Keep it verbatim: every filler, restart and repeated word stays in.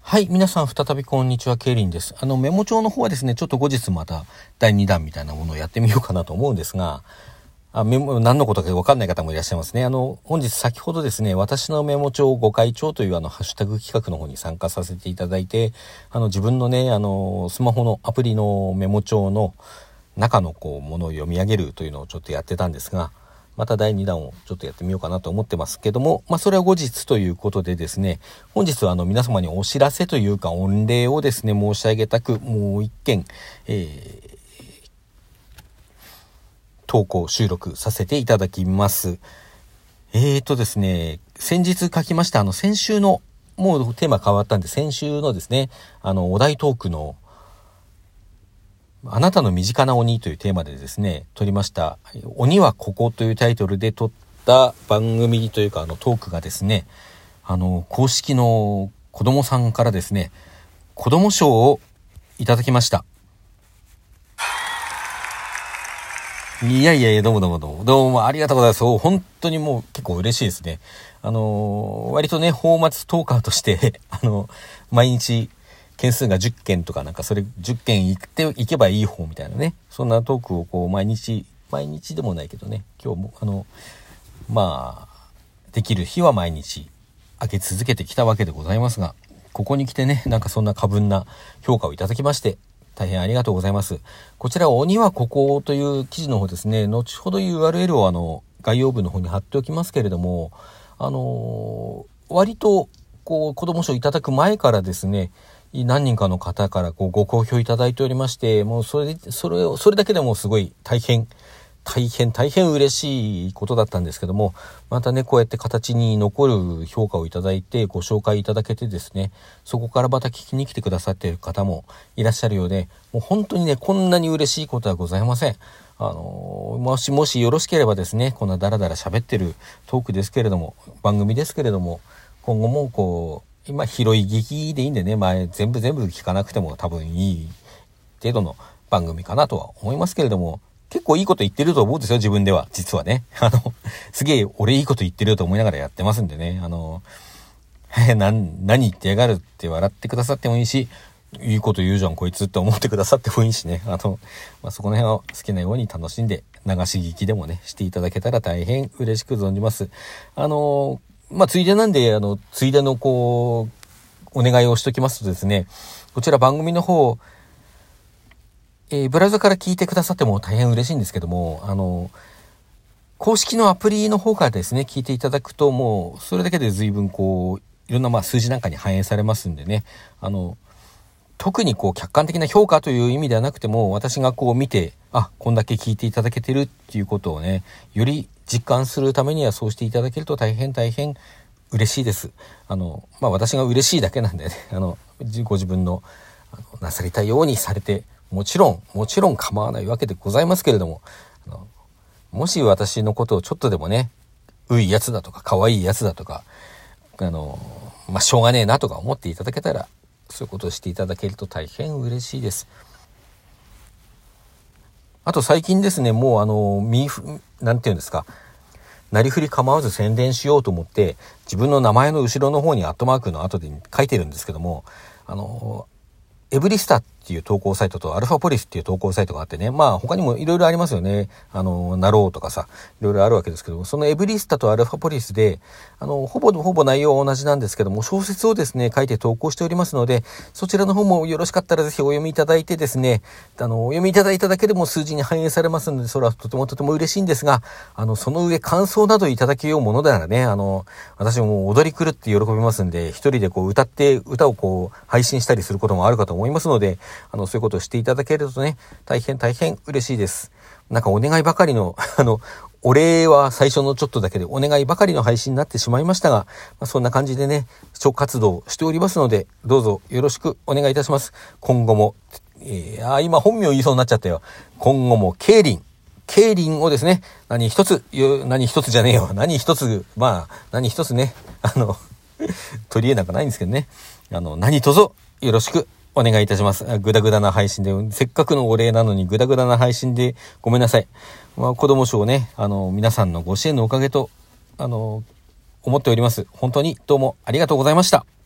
はい、皆さん再びこんにちは、ケイリンです。あのメモ帳の方はですね、ちょっと後日まただいにだんみたいなものをやってみようかなと思うんですが、あメモ何のことか分かんない方もいらっしゃいますね。あの本日先ほどですね、私のメモ帳ご会長というあのハッシュタグ企画の方に参加させていただいて、あの自分のね、あのスマホのアプリのメモ帳の中のこうものを読み上げるというのをちょっとやってたんですが、まただいにだんをちょっとやってみようかなと思ってますけども、まあそれは後日ということでですね、本日はあの皆様にお知らせというか御礼をですね申し上げたく、もう一件、えー、投稿収録させていただきます。えーとですね、先日書きましたあの先週の、もうテーマ変わったんで、先週のですね、あのお題トークのあなたの身近な鬼というテーマでですね撮りました鬼はここというタイトルで撮った番組というかあのトークがですね、あの公式の子供さんからですね子供賞をいただきました。いやいやいや、どうもどうもどうもどうもありがとうございます。本当にもう結構嬉しいですね。あの割とね泡沫トーカーとしてあの毎日件数がじゅっけんとかなんかそれじゅっけん行っていけばいい方みたいなね、そんなトークをこう毎日毎日でもないけどね、今日もあのまあできる日は毎日開け続けてきたわけでございますが、ここに来てねなんかそんな過分な評価をいただきまして大変ありがとうございます。こちら鬼はここという記事の方ですね、後ほど ユーアールエル をあの概要文の方に貼っておきますけれども、あのー、割とこう子供賞いただく前からですね何人かの方からこうご好評いただいておりまして、もうそれでそれをそれだけでもすごい大変大変大変嬉しいことだったんですけども、またねこうやって形に残る評価をいただいてご紹介いただけてですね、そこからまた聞きに来てくださっている方もいらっしゃるようで、もう本当にねこんなに嬉しいことはございません。あのー、もしもしよろしければですね、こんなダラダラ喋ってるトークですけれども、番組ですけれども、今後もこう今拾い聞きでいいんでね、前全部全部聞かなくても多分いい程度の番組かなとは思いますけれども、結構いいこと言ってると思うんですよ、自分では。実はねあのすげえ俺いいこと言ってると思いながらやってますんでね、あのな何言ってやがるって笑ってくださってもいいし、いいこと言うじゃんこいつって思ってくださってもいいしね、あの、まあ、そこの辺を好きなように楽しんで流し聞きでもねしていただけたら大変嬉しく存じます。あのまあついでなんであのついでのこうお願いをしときますとですね、こちら番組の方、えー、ブラウザから聞いてくださっても大変嬉しいんですけども、あの公式のアプリの方からですね聞いていただくと、もうそれだけで随分こういろんなまあ数字なんかに反映されますんでね、あの特にこう客観的な評価という意味ではなくても、私がこう見てあこんだけ聞いていただけてるっていうことをねより実感するためにはそうしていただけると大変大変嬉しいです。あのまあ私が嬉しいだけなんでね、あのご自分の、あのなさりたいようにされてもちろんもちろん構わないわけでございますけれども、あのもし私のことをちょっとでもねういやつだとか可愛いやつだとかあのまあしょうがねえなとか思っていただけたら、そういうことをしていただけると大変嬉しいです。あと最近ですね、もうあのみなんていうんですか、なりふり構わず宣伝しようと思って自分の名前の後ろの方にアットマークの後で書いてるんですけども、あのエブリスタっていう投稿サイトとアルファポリスっていう投稿サイトがあってね、まあ他にもいろいろありますよね。あのなろうとかさ、いろいろあるわけですけども、そのエブリスタとアルファポリスであのほぼほぼ内容は同じなんですけども、小説をですね書いて投稿しておりますので、そちらの方もよろしかったらぜひお読みいただいてですね、あのお読みいただいただけでも数字に反映されますので、それはとてもとても嬉しいんですが、あのその上感想などいただけようものならね、あの私も踊り狂って喜びますんで、一人でこう歌って歌をこう配信したりすることもあるかと思いますので、あのそういうことをしていただけるとね大変大変嬉しいです。なんかお願いばかりのあのお礼は最初のちょっとだけでお願いばかりの配信になってしまいましたが、まあ、そんな感じでね視活動しておりますので、どうぞよろしくお願いいたします。今後も、えー、あ今本名言いそうになっちゃったよ。今後もケイリンケイリンをですね、何一つ何一つじゃねえよ何一つまあ何一つねあの取り柄なんかないんですけどね、あの何卒よろしくお願いいたします。グダグダな配信で、せっかくのお礼なのにグダグダな配信でごめんなさい。まあ、子供賞ね、あの皆さんのご支援のおかげとあの思っております。本当にどうもありがとうございました。